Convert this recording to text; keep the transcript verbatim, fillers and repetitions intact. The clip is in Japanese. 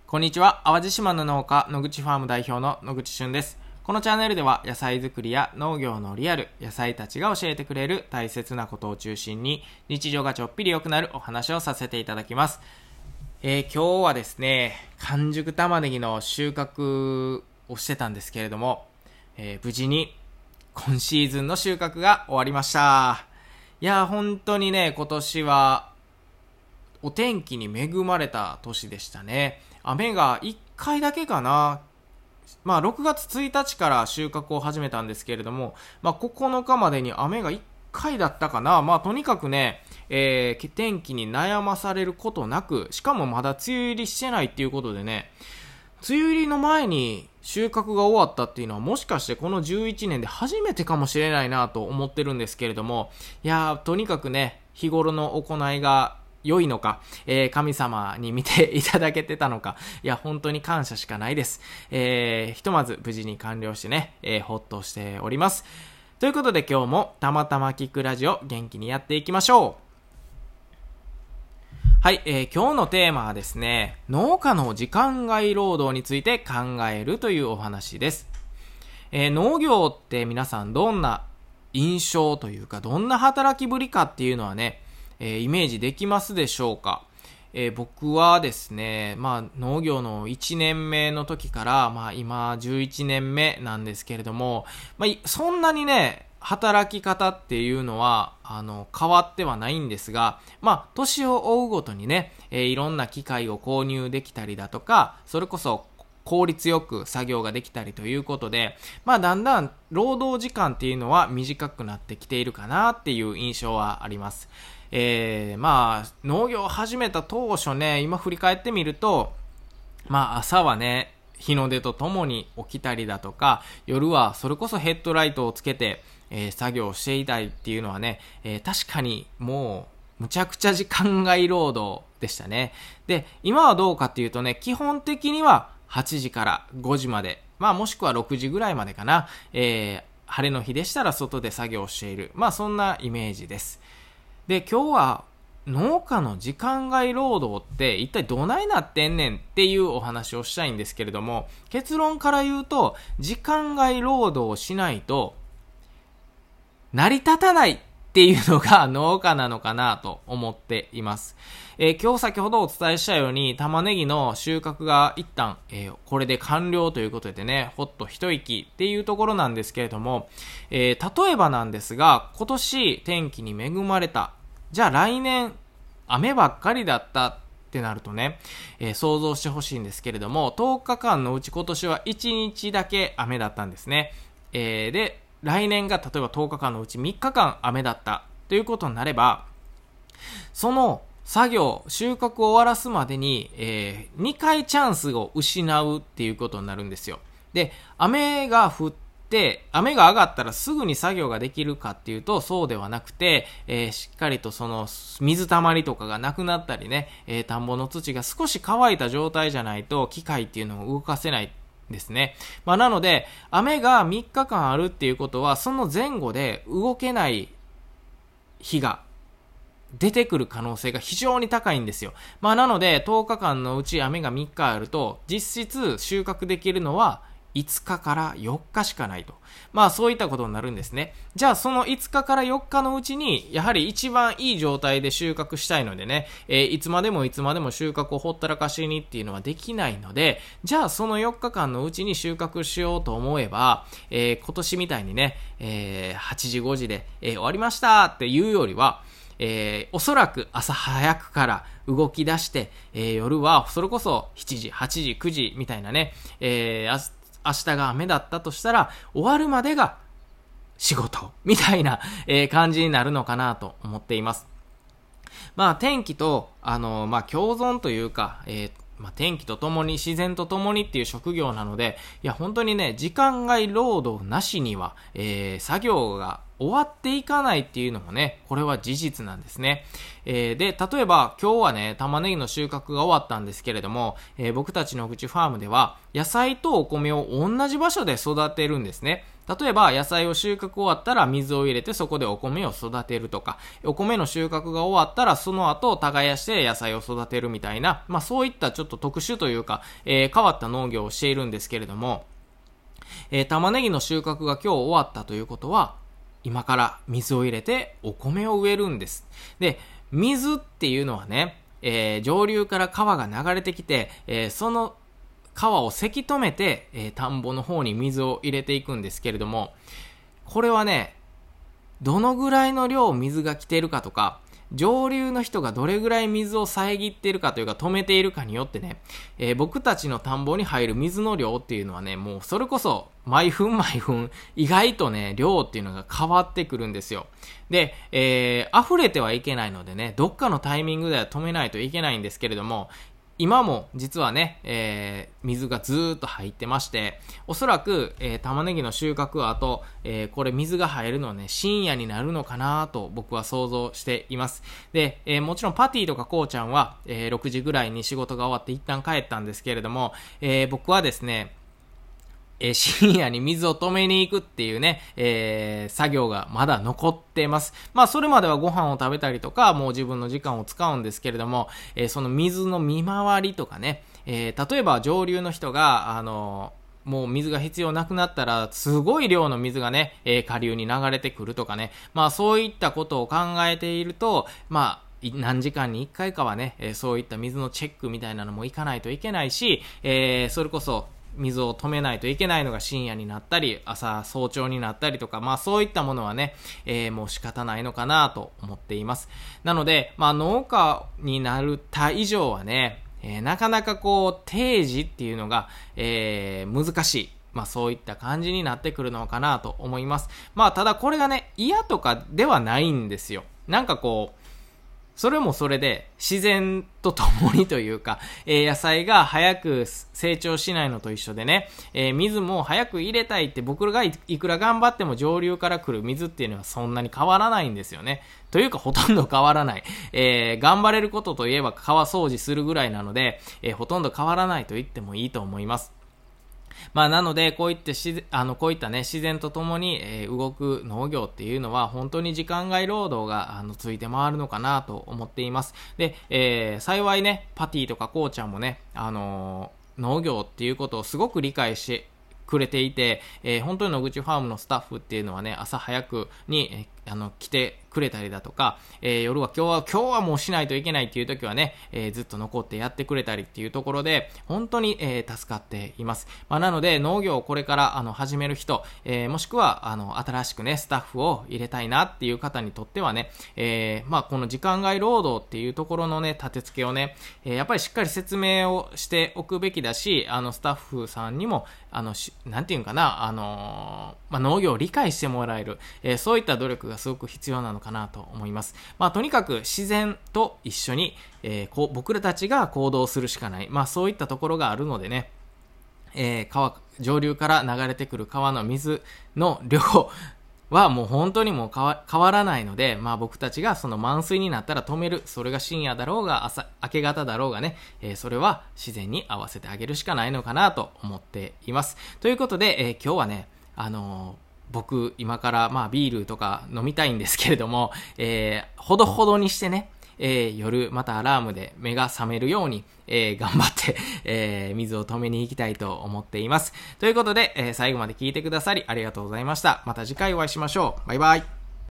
こんにちは。淡路島の農家野口ファーム代表の野口俊です。このチャンネルでは野菜作りや農業のリアル、野菜たちが教えてくれる大切なことを中心に日常がちょっぴり良くなるお話をさせていただきます。えー、今日はですね、完熟玉ねぎの収穫をしてたんですけれども、えー、無事に今シーズンの収穫が終わりました。いやー本当にね、今年はお天気に恵まれた年でしたね。雨がいっかいだけかな。まあろくがつついたちから収穫を始めたんですけれども、まあここのかまでに雨がいっかいだったかな。まあとにかくね、えー、天気に悩まされることなく、しかもまだ梅雨入りしてないっていうことでね、梅雨入りの前に収穫が終わったっていうのはもしかしてこのじゅういちねんで初めてかもしれないなと思ってるんですけれども、いやーとにかくね、日頃の行いが良いのか、えー、神様に見ていただけてたのか、いや本当に感謝しかないです。えー、ひとまず無事に完了してね、えー、ほっとしております。ということで今日もたまたま聞くラジオ元気にやっていきましょう。はい、えー、今日のテーマはですね、農家の時間外労働について考えるというお話です。えー、農業って皆さんどんな印象というかどんな働きぶりかっていうのはね、えー、イメージできますでしょうか。えー、僕はですね、まあ農業のいちねんめの時から、まあ今じゅういちねんめなんですけれども、まあそんなにね、働き方っていうのは、あの、変わってはないんですが、まあ年を追うごとにね、えー、いろんな機械を購入できたりだとか、それこそ効率よく作業ができたりということで、まあだんだん労働時間っていうのは短くなってきているかなっていう印象はあります。えー、まあ農業を始めた当初ね、今振り返ってみると、まあ朝はね日の出とともに起きたりだとか、夜はそれこそヘッドライトをつけて、えー、作業をしていたいっていうのはね、えー、確かにもうむちゃくちゃ時間外労働でしたね。で今はどうかっていうとね、基本的にははちじからごじまで、まあもしくはろくじぐらいまでかな、えー、晴れの日でしたら外で作業している、まあそんなイメージです。で今日は農家の時間外労働って一体どないなってんねんっていうお話をしたいんですけれども、結論から言うと時間外労働をしないと成り立たないっていうのが農家なのかなと思っています。えー、今日先ほどお伝えしたように玉ねぎの収穫が一旦、えー、これで完了ということでね、ほっと一息っていうところなんですけれども、えー、例えばなんですが、今年天気に恵まれた、じゃあ来年雨ばっかりだったってなるとね、えー、想像してほしいんですけれども、とおかかんのうち今年はいちにちだけ雨だったんですね。えー、で来年が例えばとおかかんのうちみっかかん雨だったということになれば、その作業収穫を終わらすまでに、えー、にかいチャンスを失うっていうことになるんですよ。で雨が降ってで、雨が上がったらすぐに作業ができるかっていうとそうではなくて、えー、しっかりとその水たまりとかがなくなったりね、えー、田んぼの土が少し乾いた状態じゃないと機械っていうのを動かせないですね。まあなので雨がみっかかんあるっていうことは、その前後で動けない日が出てくる可能性が非常に高いんですよ。まあなのでとおかかんのうち雨がみっかあると、実質収穫できるのはいつかからよっかしかないと。まあそういったことになるんですね。じゃあそのいつかからよっかのうちに、やはり一番いい状態で収穫したいのでね、えー、いつまでもいつまでも収穫をほったらかしにっていうのはできないので、じゃあそのよっかかんのうちに収穫しようと思えば、えー、今年みたいにね、えー、はちじごじで、えー、終わりましたっていうよりは、えー、おそらく朝早くから動き出して、えー、夜はそれこそしちじ、はちじ、くじみたいなね、えー、明日が雨だったとしたら終わるまでが仕事みたいな、えー、感じになるのかなと思っています。まあ天気とあのまあ共存というか、えーまあ、天気とともに自然とともにっていう職業なので、いや本当にね時間外労働なしには、えー、作業が終わっていかないっていうのもね、これは事実なんですね。えー、で、例えば今日はね、玉ねぎの収穫が終わったんですけれども、えー、僕たちの口ファームでは、野菜とお米を同じ場所で育てるんですね。例えば野菜を収穫終わったら水を入れてそこでお米を育てるとか、お米の収穫が終わったらその後耕して野菜を育てるみたいな、まあそういったちょっと特殊というか、えー、変わった農業をしているんですけれども、えー、玉ねぎの収穫が今日終わったということは、今から水を入れてお米を植えるんです。で、水っていうのはね、えー、上流から川が流れてきて、えー、その川をせき止めて、えー、田んぼの方に水を入れていくんですけれども、これはね、どのぐらいの量水が来ているかとか、上流の人がどれぐらい水を遮っているかというか止めているかによってね、えー、僕たちの田んぼに入る水の量っていうのはね、もうそれこそ毎分毎分意外とね、量っていうのが変わってくるんですよ。で、えー、溢れてはいけないのでね、どっかのタイミングでは止めないといけないんですけれども、今も実はね、えー、水がずーっと入ってまして、おそらく、えー、玉ねぎの収穫後、えー、これ水が入るのはね、深夜になるのかなと僕は想像しています。で、えー、もちろんパティとかこうちゃんは、えー、ろくじぐらいに仕事が終わって一旦帰ったんですけれども、えー、僕はですね、えー、深夜に水を止めに行くっていうね、えー、作業がまだ残ってます。まあ、それまではご飯を食べたりとか、もう自分の時間を使うんですけれども、えー、その水の見回りとかね、えー、例えば上流の人が、あのー、もう水が必要なくなったら、すごい量の水がね、えー、下流に流れてくるとかね、まあ、そういったことを考えていると、まあ、何時間にいっかいかはね、えー、そういった水のチェックみたいなのも行かないといけないし、えー、それこそ、水を止めないといけないのが深夜になったり、朝早朝になったりとか、まあそういったものはね、えー、もう仕方ないのかなと思っています。なので、まあ農家になるた以上はね、えー、なかなかこう定時っていうのが、えー、難しい。まあそういった感じになってくるのかなと思います。まあただこれがね、嫌とかではないんですよ。なんかこう、それもそれで自然と共にというか、えー、野菜が早く成長しないのと一緒でね、えー、水も早く入れたいって僕らが い, いくら頑張っても上流から来る水っていうのはそんなに変わらないんですよね。というかほとんど変わらない。えー、頑張れることといえば川掃除するぐらいなので、えー、ほとんど変わらないと言ってもいいと思います。まあなのでこういってしあのこういったね自然とともに、えー、動く農業っていうのは本当に時間外労働があのついて回るのかなと思っています。で、えー、幸いねパティとかこうちゃんもねあのー、農業っていうことをすごく理解してくれていて、えー、本当に野口ファームのスタッフっていうのはね朝早くに、えー、あの来てくれたりだとか、えー、夜は今日は今日はもうしないといけないっていう時はね、えー、ずっと残ってやってくれたりっていうところで本当に、えー、助かっています。まあ、なので農業をこれからあの始める人、えー、もしくはあの新しくねスタッフを入れたいなっていう方にとってはね、えー、まあこの時間外労働っていうところのね立て付けをね、えー、やっぱりしっかり説明をしておくべきだし、あのスタッフさんにもあのしなんていうかなあのー、まあ、農業を理解してもらえる、えー、そういった努力がすごく必要なのかなと思います。まあとにかく自然と一緒に、えー、こう僕らたちが行動するしかない、まあそういったところがあるのでね、えー、川上流から流れてくる川の水の量はもう本当にもう変わ、変わらないので、まあ僕たちがその満水になったら止める、それが深夜だろうが朝明け方だろうがね、えー、それは自然に合わせてあげるしかないのかなと思っています。ということで、えー、今日はねあのー僕今からまあビールとか飲みたいんですけれども、えー、ほどほどにしてね、えー、夜またアラームで目が覚めるように、えー、頑張って、えー、水を止めに行きたいと思っています。ということで、えー、最後まで聞いてくださりありがとうございました。また次回お会いしましょう。バイバイ。